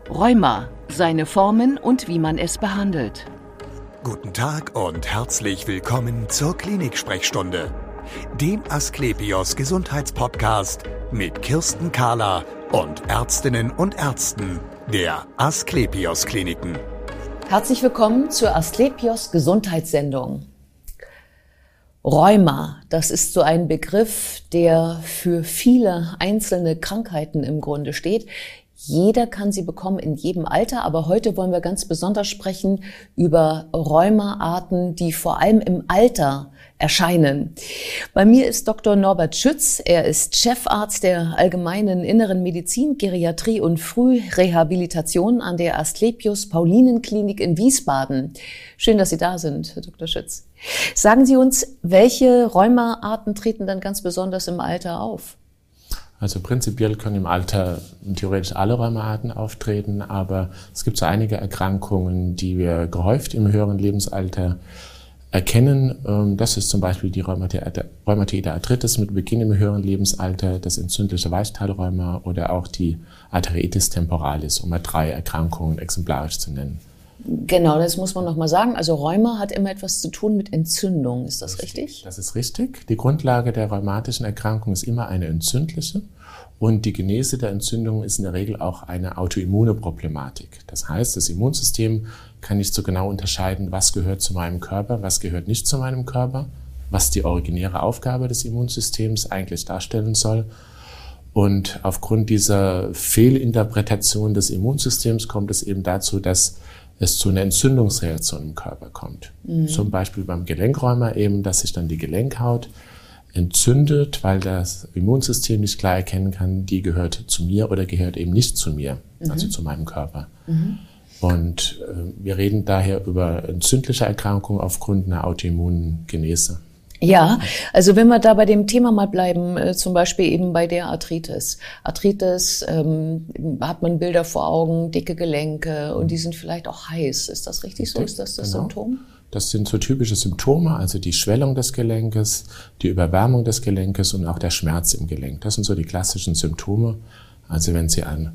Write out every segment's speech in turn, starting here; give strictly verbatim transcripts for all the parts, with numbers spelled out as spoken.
Rheuma, seine Formen und wie man es behandelt. Guten Tag und herzlich willkommen zur Klinik-Sprechstunde, dem Asklepios Gesundheitspodcast mit Kirsten Kahler und Ärztinnen und Ärzten der Asklepios Kliniken. Herzlich willkommen zur Asklepios Gesundheitssendung. Rheuma, das ist so ein Begriff, der für viele einzelne Krankheiten im Grunde steht. Jeder kann sie bekommen in jedem Alter, aber heute wollen wir ganz besonders sprechen über Rheumaarten, die vor allem im Alter erscheinen. Bei mir ist Doktor Norbert Schütz. Er ist Chefarzt der Allgemeinen Inneren Medizin, Geriatrie und Frührehabilitation an der Asklepios Paulinenklinik in Wiesbaden. Schön, dass Sie da sind, Herr Doktor Schütz. Sagen Sie uns, welche Rheumaarten treten dann ganz besonders im Alter auf? Also prinzipiell können im Alter theoretisch alle Rheumaarten auftreten, aber es gibt so einige Erkrankungen, die wir gehäuft im höheren Lebensalter erkennen. Das ist zum Beispiel die Rheumatoide Arthritis mit Beginn im höheren Lebensalter, das entzündliche Weichteilrheuma oder auch die Arteriitis temporalis, um mal drei Erkrankungen exemplarisch zu nennen. Genau, das muss man nochmal sagen. Also Rheuma hat immer etwas zu tun mit Entzündung, ist das richtig? Das ist richtig. Die Grundlage der rheumatischen Erkrankung ist immer eine entzündliche und die Genese der Entzündung ist in der Regel auch eine autoimmune Problematik. Das heißt, das Immunsystem kann nicht so genau unterscheiden, was gehört zu meinem Körper, was gehört nicht zu meinem Körper, was die originäre Aufgabe des Immunsystems eigentlich darstellen soll. Und aufgrund dieser Fehlinterpretation des Immunsystems kommt es eben dazu, dass es zu einer Entzündungsreaktion im Körper kommt. Mhm. Zum Beispiel beim Gelenkrheuma eben, dass sich dann die Gelenkhaut entzündet, weil das Immunsystem nicht klar erkennen kann, die gehört zu mir oder gehört eben nicht zu mir, mhm. also zu meinem Körper. Mhm. Und äh, wir reden daher über entzündliche Erkrankungen aufgrund einer autoimmunen Genese. Ja, also wenn wir da bei dem Thema mal bleiben, äh, zum Beispiel eben bei der Arthritis. Arthritis, ähm, hat man Bilder vor Augen, dicke Gelenke und die sind vielleicht auch heiß. Ist das richtig so? Ist das das genau. Symptom? Das sind so typische Symptome, also die Schwellung des Gelenkes, die Überwärmung des Gelenkes und auch der Schmerz im Gelenk. Das sind so die klassischen Symptome. Also wenn Sie ein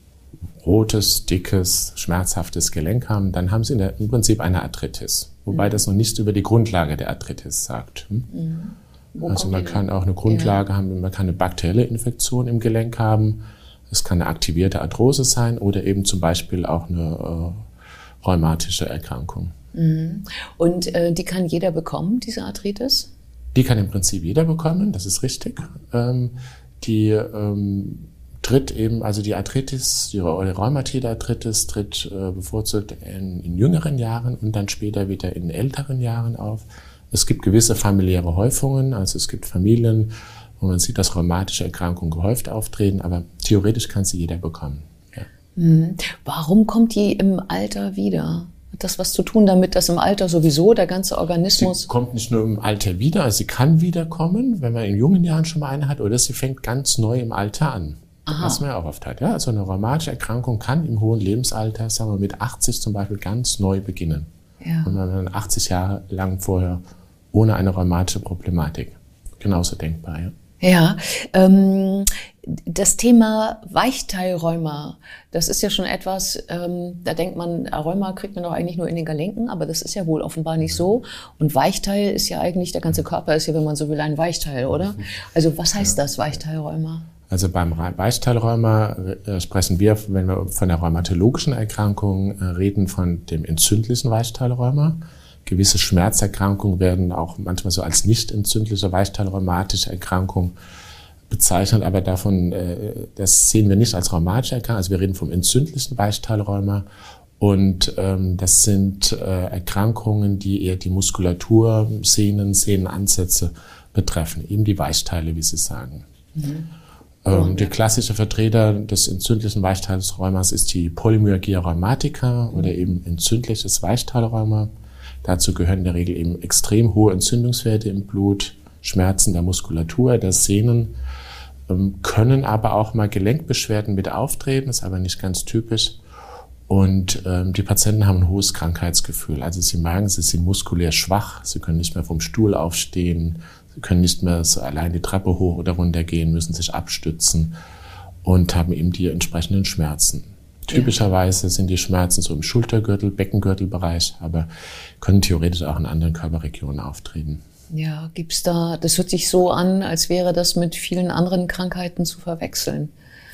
rotes, dickes, schmerzhaftes Gelenk haben, dann haben Sie in der, im Prinzip eine Arthritis. Wobei mhm. das noch nichts über die Grundlage der Arthritis sagt. Hm? Mhm. Also man kann auch eine Grundlage ja. haben, man kann eine bakterielle Infektion im Gelenk haben. Es kann eine aktivierte Arthrose sein oder eben zum Beispiel auch eine äh, rheumatische Erkrankung. Mhm. Und äh, die kann jeder bekommen, diese Arthritis? Die kann im Prinzip jeder bekommen, das ist richtig. Ähm, die ähm, tritt eben, also die Arthritis, die Rheumatoide Arthritis tritt äh, bevorzugt in, in jüngeren Jahren und dann später wieder in älteren Jahren auf. Es gibt gewisse familiäre Häufungen, also es gibt Familien, wo man sieht, dass rheumatische Erkrankungen gehäuft auftreten, aber theoretisch kann sie jeder bekommen. Ja. Mhm. Warum kommt die im Alter wieder? Hat das was zu tun damit, dass im Alter sowieso der ganze Organismus... Sie kommt nicht nur im Alter wieder, also sie kann wiederkommen, wenn man in jungen Jahren schon mal eine hat, oder sie fängt ganz neu im Alter an. Aha. Was man ja auch oft hat. Ja? Also eine rheumatische Erkrankung kann im hohen Lebensalter, sagen wir mit achtzig zum Beispiel, ganz neu beginnen. Ja. Und man dann achtzig Jahre lang vorher ohne eine rheumatische Problematik. Genauso denkbar, ja. Ja, ähm, das Thema Weichteilrheuma, das ist ja schon etwas, ähm, da denkt man, Rheuma kriegt man doch eigentlich nur in den Gelenken, aber das ist ja wohl offenbar nicht so. Und Weichteil ist ja eigentlich, der ganze Körper ist ja, wenn man so will, ein Weichteil, oder? Also was heißt das, Weichteilrheuma? Also beim Weichteilrheuma äh, sprechen wir, wenn wir von der rheumatologischen Erkrankung äh, reden, von dem entzündlichen Weichteilrheuma. Gewisse Schmerzerkrankungen werden auch manchmal so als nicht entzündliche weichteilrheumatische Erkrankung bezeichnet, aber davon, äh, das sehen wir nicht als rheumatische Erkrankung. Also wir reden vom entzündlichen Weichteilrheuma und ähm, das sind äh, Erkrankungen, die eher die Muskulatur, Sehnen, Sehnenansätze betreffen, eben die Weichteile, wie Sie sagen. Mhm. Ähm, der klassische Vertreter des entzündlichen Weichteilrheumas ist die Polymyalgia rheumatica oder eben entzündliches Weichteilrheuma. Dazu gehören in der Regel eben extrem hohe Entzündungswerte im Blut, Schmerzen der Muskulatur, der Sehnen, ähm, können aber auch mal Gelenkbeschwerden mit auftreten, ist aber nicht ganz typisch. Und ähm, die Patienten haben ein hohes Krankheitsgefühl. Also sie merken, sie sind muskulär schwach, sie können nicht mehr vom Stuhl aufstehen, sie können nicht mehr so allein die Treppe hoch oder runter gehen, müssen sich abstützen und haben eben die entsprechenden Schmerzen. Typischerweise sind die Schmerzen so im Schultergürtel, Beckengürtelbereich, aber können theoretisch auch in anderen Körperregionen auftreten. Ja, gibt's da, das hört sich so an, als wäre das mit vielen anderen Krankheiten zu verwechseln.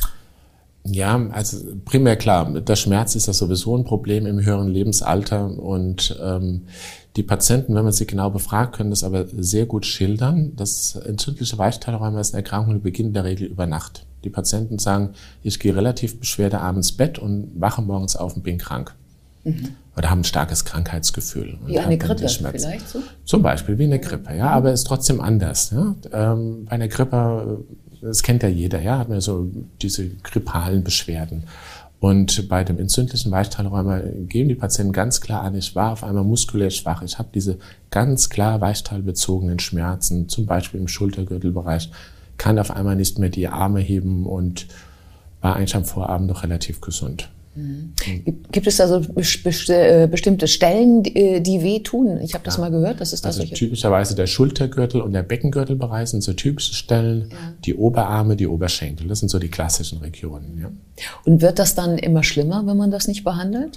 Ja, also primär klar, der Schmerz ist ja sowieso ein Problem im höheren Lebensalter und ähm, die Patienten, wenn man sie genau befragt, können das aber sehr gut schildern. Das entzündliche Weichteilrheuma ist eine Erkrankung, die beginnt in der Regel über Nacht. Die Patienten sagen, ich gehe relativ beschwerdearm ins Bett und wache morgens auf und bin krank. Mhm. Oder haben ein starkes Krankheitsgefühl. Wie eine Grippe vielleicht so? Zum Beispiel wie eine Grippe, ja, aber ist trotzdem anders. Ja. Ähm, bei einer Grippe, das kennt ja jeder, ja, hat man so diese grippalen Beschwerden. Und bei dem entzündlichen Weichteilrheuma geben die Patienten ganz klar an, ich war auf einmal muskulär schwach, ich habe diese ganz klar weichteilbezogenen Schmerzen, zum Beispiel im Schultergürtelbereich, kann auf einmal nicht mehr die Arme heben und war eigentlich am Vorabend noch relativ gesund. Mhm. Gibt es also bestimmte Stellen, die wehtun? Ich habe das ja. mal gehört. Das ist das also typischerweise der Schultergürtel und der Beckengürtelbereich sind so typische Stellen. Ja. Die Oberarme, die Oberschenkel, das sind so die klassischen Regionen. Ja. Und wird das dann immer schlimmer, wenn man das nicht behandelt?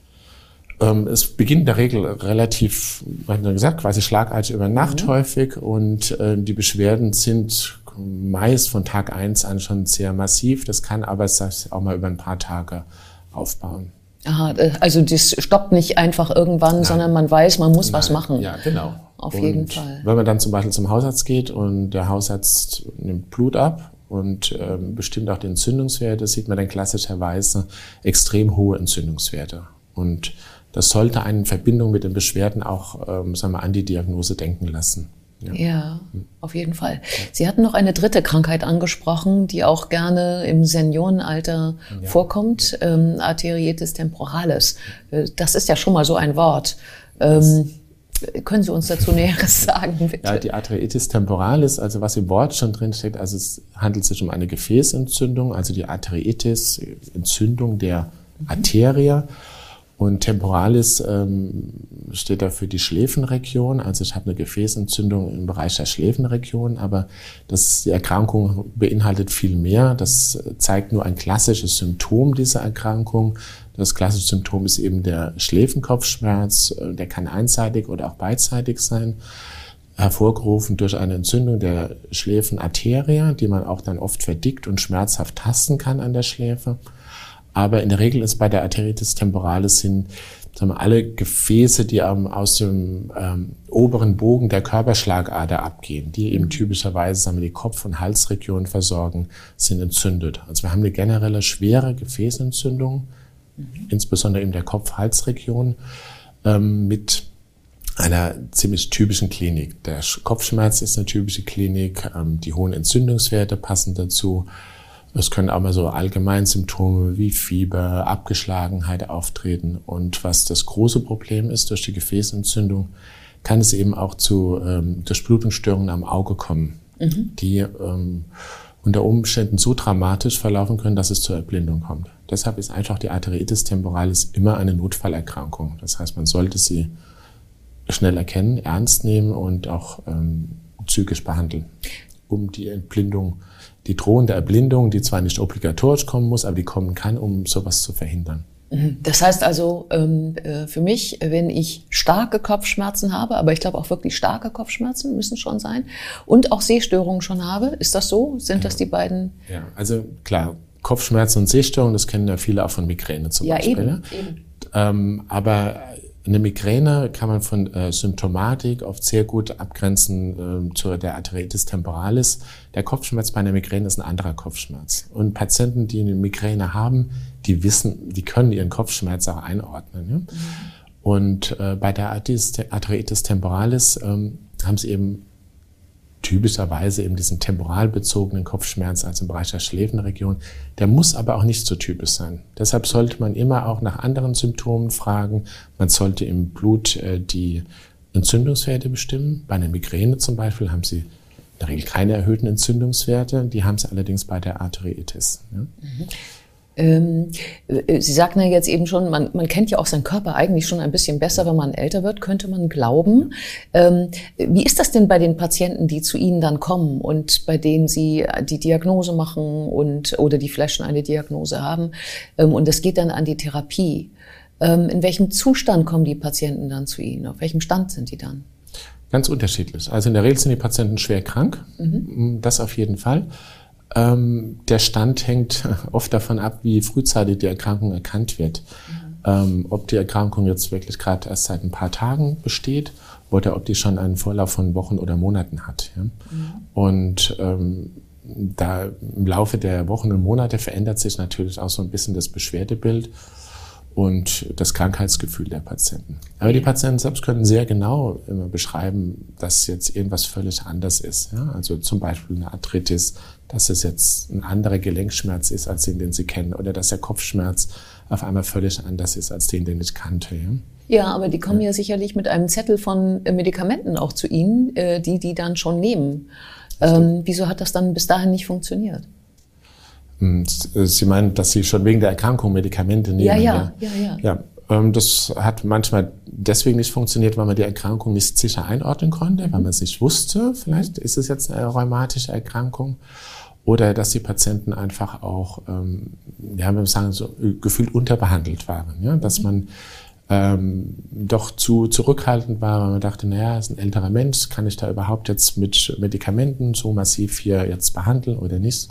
Ähm, es beginnt in der Regel relativ, wie gesagt, quasi schlagartig über Nacht mhm. häufig und äh, die Beschwerden sind meist von Tag eins an schon sehr massiv. Das kann aber auch mal über ein paar Tage aufbauen. Aha, also das stoppt nicht einfach irgendwann, Nein. sondern man weiß, man muss Nein. was machen. Ja, genau. Auf und jeden Fall. Wenn man dann zum Beispiel zum Hausarzt geht und der Hausarzt nimmt Blut ab und ähm, bestimmt auch die Entzündungswerte, sieht man dann klassischerweise extrem hohe Entzündungswerte. Und das sollte einen in Verbindung mit den Beschwerden auch ähm, sagen wir, an die Diagnose denken lassen. Ja. ja, auf jeden Fall. Sie hatten noch eine dritte Krankheit angesprochen, die auch gerne im Seniorenalter ja. vorkommt, ähm, Arterietis temporalis. Das ist ja schon mal so ein Wort. Ähm, können Sie uns dazu Näheres sagen, bitte? Ja, die Arterietis temporalis, also was im Wort schon drin steht, also es handelt sich um eine Gefäßentzündung, also die Arterietis, Entzündung der mhm. Arterie. Und temporalis ähm, steht da für die Schläfenregion. Also ich habe eine Gefäßentzündung im Bereich der Schläfenregion, aber das, die Erkrankung beinhaltet viel mehr. Das zeigt nur ein klassisches Symptom dieser Erkrankung. Das klassische Symptom ist eben der Schläfenkopfschmerz. Der kann einseitig oder auch beidseitig sein, hervorgerufen durch eine Entzündung der Schläfenarterie, die man auch dann oft verdickt und schmerzhaft tasten kann an der Schläfe. Aber in der Regel ist bei der Arterietis temporalis sind sagen wir, alle Gefäße, die ähm, aus dem ähm, oberen Bogen der Körperschlagader abgehen, die eben typischerweise sagen wir, die Kopf- und Halsregion versorgen, sind entzündet. Also wir haben eine generelle schwere Gefäßentzündung, mhm. insbesondere in der Kopf-Halsregion, ähm, mit einer ziemlich typischen Klinik. Der Kopfschmerz ist eine typische Klinik, ähm, die hohen Entzündungswerte passen dazu. Es können auch mal so Allgemeinsymptome wie Fieber, Abgeschlagenheit auftreten. Und was das große Problem ist, durch die Gefäßentzündung kann es eben auch zu ähm, Durchblutungsstörungen am Auge kommen, mhm. die ähm, unter Umständen so dramatisch verlaufen können, dass es zur Erblindung kommt. Deshalb ist einfach die Arterietis temporalis immer eine Notfallerkrankung. Das heißt, man sollte sie schnell erkennen, ernst nehmen und auch ähm, zügig behandeln, um die Entblindung die drohende Erblindung, die zwar nicht obligatorisch kommen muss, aber die kommen kann, um sowas zu verhindern. Das heißt also ähm, für mich, wenn ich starke Kopfschmerzen habe, aber ich glaube auch wirklich starke Kopfschmerzen müssen schon sein und auch Sehstörungen schon habe, ist das so? Sind ja. das die beiden? Ja, also klar, Kopfschmerzen und Sehstörungen, das kennen ja viele auch von Migräne zum ja, Beispiel. Eben, ja, eben. Ähm, aber eine Migräne kann man von äh, Symptomatik oft sehr gut abgrenzen äh, zu der Arterietis temporalis. Der Kopfschmerz bei einer Migräne ist ein anderer Kopfschmerz. Und Patienten, die eine Migräne haben, die wissen, die können ihren Kopfschmerz auch einordnen. Ja? Mhm. Und äh, bei der Arterietis temporalis ähm, haben sie eben typischerweise eben diesen temporal bezogenen Kopfschmerz, also im Bereich der Schläfenregion. Der muss aber auch nicht so typisch sein. Deshalb sollte man immer auch nach anderen Symptomen fragen. Man sollte im Blut äh, die Entzündungswerte bestimmen. Bei einer Migräne zum Beispiel haben sie in der Regel keine erhöhten Entzündungswerte. Die haben sie allerdings bei der Arterietis. Ja? Mhm. Ähm, Sie sagten ja jetzt eben schon, man, man kennt ja auch seinen Körper eigentlich schon ein bisschen besser, wenn man älter wird, könnte man glauben. Ähm, wie ist das denn bei den Patienten, die zu Ihnen dann kommen und bei denen Sie die Diagnose machen und oder die vielleicht schon eine Diagnose haben ähm, und es geht dann an die Therapie? Ähm, in welchem Zustand kommen die Patienten dann zu Ihnen? Auf welchem Stand sind die dann? Ganz unterschiedlich. Also in der Regel sind die Patienten schwer krank, mhm. das auf jeden Fall. Ähm, der Stand hängt oft davon ab, wie frühzeitig die Erkrankung erkannt wird. Mhm. Ähm, ob die Erkrankung jetzt wirklich gerade erst seit ein paar Tagen besteht oder ob die schon einen Vorlauf von Wochen oder Monaten hat. Ja? Mhm. Und ähm, da im Laufe der Wochen und Monate verändert sich natürlich auch so ein bisschen das Beschwerdebild und das Krankheitsgefühl der Patienten. Aber die Patienten selbst können sehr genau immer beschreiben, dass jetzt irgendwas völlig anders ist. Ja? Also zum Beispiel eine Arthritis, dass es jetzt ein anderer Gelenkschmerz ist, als den, den sie kennen, oder dass der Kopfschmerz auf einmal völlig anders ist, als den, den ich kannte. Ja, ja aber die kommen ja. ja sicherlich mit einem Zettel von Medikamenten auch zu Ihnen, die die dann schon nehmen. Ähm, wieso hat das dann bis dahin nicht funktioniert? Sie meinen, dass Sie schon wegen der Erkrankung Medikamente nehmen? Ja, ja, ja, ja. ja. ja das hat manchmal deswegen nicht funktioniert, weil man die Erkrankung nicht sicher einordnen konnte, mhm. weil man es nicht wusste, vielleicht ist es jetzt eine rheumatische Erkrankung. Oder dass die Patienten einfach auch, ähm, ja, wenn wir sagen, so gefühlt unterbehandelt waren. Ja? Dass mhm. man ähm, doch zu zurückhaltend war, weil man dachte, naja, ist ein älterer Mensch, kann ich da überhaupt jetzt mit Medikamenten so massiv hier jetzt behandeln oder nicht?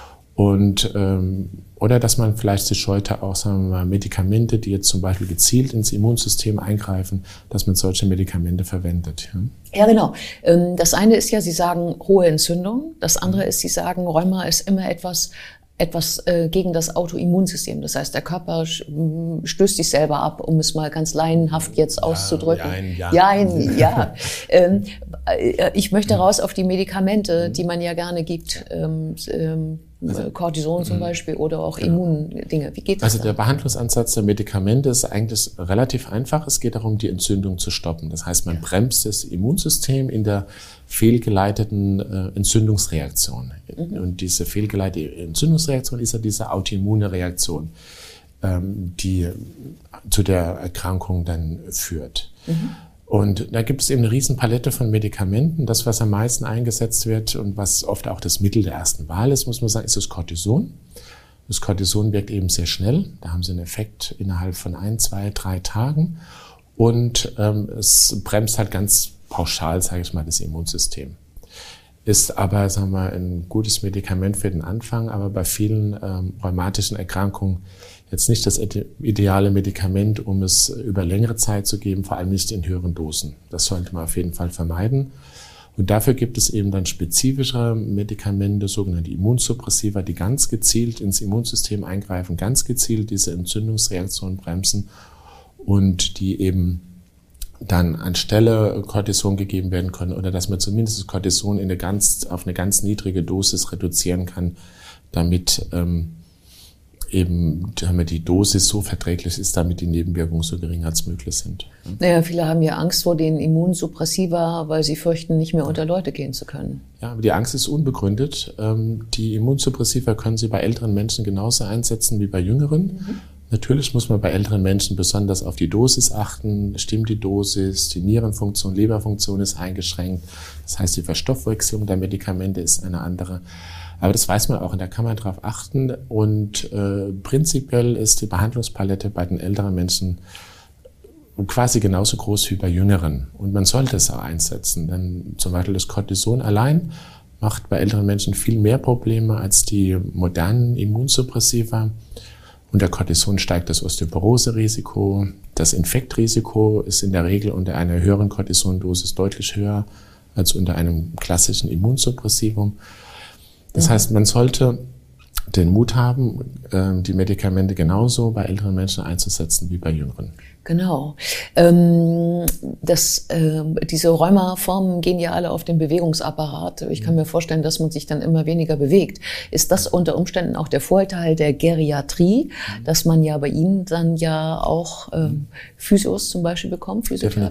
Und ähm, oder dass man vielleicht sich scheute, auch sagen wir mal Medikamente, die jetzt zum Beispiel gezielt ins Immunsystem eingreifen, dass man solche Medikamente verwendet. Ja, ja genau. Das eine ist ja, Sie sagen hohe Entzündung. Das andere ist, Sie sagen, Rheuma ist immer etwas etwas äh, gegen das Autoimmunsystem. Das heißt, der Körper stößt sich selber ab, um es mal ganz laienhaft jetzt ja, auszudrücken. Jein, ja. Jein, ja. ähm, ich möchte raus auf die Medikamente, die man ja gerne gibt. Ähm, ähm, Also, Cortison zum Beispiel oder auch ja. Immundinge. Wie geht das? Also dann? Der Behandlungsansatz der Medikamente ist eigentlich relativ einfach. Es geht darum, die Entzündung zu stoppen. Das heißt, man ja. bremst das Immunsystem in der fehlgeleiteten äh, Entzündungsreaktion. Mhm. Und diese fehlgeleitete Entzündungsreaktion ist ja diese autoimmune Reaktion, ähm, die zu der Erkrankung dann führt. Mhm. Und da gibt es eben eine riesen Palette von Medikamenten. Das, was am meisten eingesetzt wird und was oft auch das Mittel der ersten Wahl ist, muss man sagen, ist das Cortison. Das Cortison wirkt eben sehr schnell. Da haben sie einen Effekt innerhalb von ein, zwei, drei Tagen. Und ähm, es bremst halt ganz pauschal, sage ich mal, das Immunsystem. Ist aber, sagen wir, ein gutes Medikament für den Anfang, aber bei vielen ähm, rheumatischen Erkrankungen jetzt nicht das ideale Medikament, um es über längere Zeit zu geben, vor allem nicht in höheren Dosen. Das sollte man auf jeden Fall vermeiden. Und dafür gibt es eben dann spezifischere Medikamente, sogenannte Immunsuppressiva, die ganz gezielt ins Immunsystem eingreifen, ganz gezielt diese Entzündungsreaktion bremsen und die eben dann anstelle Cortison gegeben werden können oder dass man zumindest das Cortison in eine ganz, auf eine ganz niedrige Dosis reduzieren kann, damit ähm, eben damit die Dosis so verträglich ist, damit die Nebenwirkungen so gering als möglich sind. Naja, viele haben ja Angst vor den Immunsuppressiva, weil sie fürchten, nicht mehr unter Leute gehen zu können. Ja, aber die Angst ist unbegründet. Die Immunsuppressiva können Sie bei älteren Menschen genauso einsetzen wie bei jüngeren. Mhm. Natürlich muss man bei älteren Menschen besonders auf die Dosis achten. Stimmt die Dosis, die Nierenfunktion, Leberfunktion ist eingeschränkt. Das heißt, die Verstoffwechslung der Medikamente ist eine andere. Aber das weiß man auch und da kann man drauf achten. Und äh, prinzipiell ist die Behandlungspalette bei den älteren Menschen quasi genauso groß wie bei jüngeren. Und man sollte es auch einsetzen, denn zum Beispiel das Cortison allein macht bei älteren Menschen viel mehr Probleme als die modernen Immunsuppressiva. Unter Cortison steigt das Osteoporose-Risiko. Das Infektrisiko ist in der Regel unter einer höheren Cortisondosis deutlich höher als unter einem klassischen Immunsuppressivum. Das heißt, man sollte den Mut haben, die Medikamente genauso bei älteren Menschen einzusetzen wie bei jüngeren. Genau. Ähm, das, äh, diese Rheumaformen gehen ja alle auf den Bewegungsapparat. Ich kann mir vorstellen, dass man sich dann immer weniger bewegt. Ist das unter Umständen auch der Vorteil der Geriatrie, dass man ja bei Ihnen dann ja auch ähm, Physios zum Beispiel bekommt? Definitiv.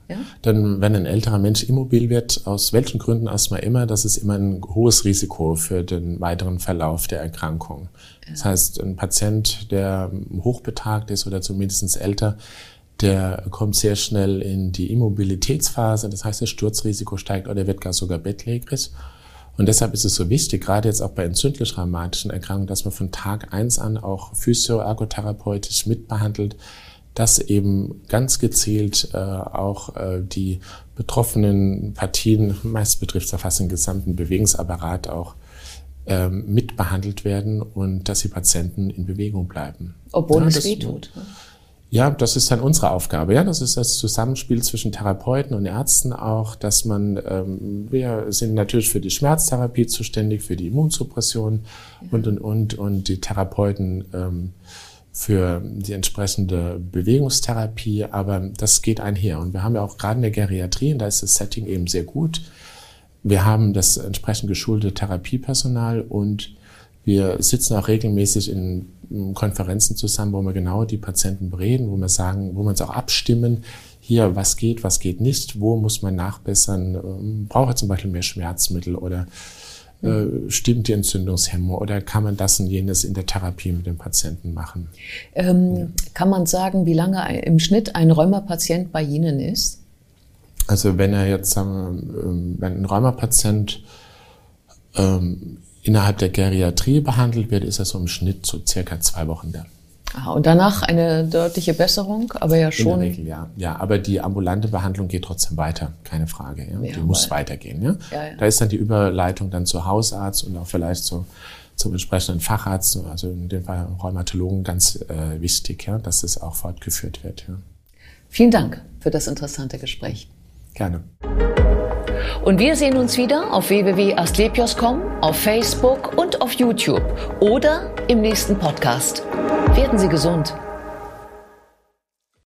Ja? Denn wenn ein älterer Mensch immobil wird, aus welchen Gründen erstmal immer, das ist immer ein hohes Risiko für den weiteren Verlauf der Erkrankung. Ja. Das heißt, ein Patient, der hochbetagt ist oder zumindest älter, der kommt sehr schnell in die Immobilitätsphase, das heißt, das Sturzrisiko steigt oder wird gar sogar bettlägerig. Und deshalb ist es so wichtig, gerade jetzt auch bei entzündlich-rheumatischen Erkrankungen, dass man von Tag eins an auch physio-ergotherapeutisch mitbehandelt, dass eben ganz gezielt äh, auch äh, die betroffenen Partien, meist betrifft es ja fast den gesamten Bewegungsapparat auch, ähm, mitbehandelt werden und dass die Patienten in Bewegung bleiben. Obwohl ja, es das, weh tut. Ja, das ist dann unsere Aufgabe. Ja, das ist das Zusammenspiel zwischen Therapeuten und Ärzten auch, dass man, ähm, wir sind natürlich für die Schmerztherapie zuständig, für die Immunsuppression ja. und, und, und, und die Therapeuten ähm, für die entsprechende Bewegungstherapie, aber das geht einher. Und wir haben ja auch gerade in der Geriatrie, und da ist das Setting eben sehr gut, wir haben das entsprechend geschulte Therapiepersonal und wir sitzen auch regelmäßig in Konferenzen zusammen, wo wir genau die Patienten bereden, wo wir sagen, wo wir uns auch abstimmen, hier, was geht, was geht nicht, wo muss man nachbessern, braucht er zum Beispiel mehr Schmerzmittel oder äh, stimmt die Entzündungshemmung oder kann man das und jenes in der Therapie mit dem Patienten machen. Ähm, ja. Kann man sagen, wie lange im Schnitt ein Rheumapatient bei Ihnen ist? Also wenn er jetzt, sagen wir, wenn ein Rheumapatient ähm, innerhalb der Geriatrie behandelt wird, ist er so im Schnitt so circa zwei Wochen da. Aha, und danach eine deutliche Besserung, aber ja schon. In der Regel, ja. Ja, aber die ambulante Behandlung geht trotzdem weiter, keine Frage. Ja. Ja, die muss weitergehen. Ja. Ja, ja. Da ist dann die Überleitung dann zu Hausarzt und auch vielleicht so zum entsprechenden Facharzt, also in dem Fall Rheumatologen, ganz äh, wichtig, ja, dass es auch fortgeführt wird. Ja. Vielen Dank für das interessante Gespräch. Gerne. Und wir sehen uns wieder auf w w w punkt asklepios punkt com, auf Facebook und auf YouTube oder im nächsten Podcast. Werden Sie gesund!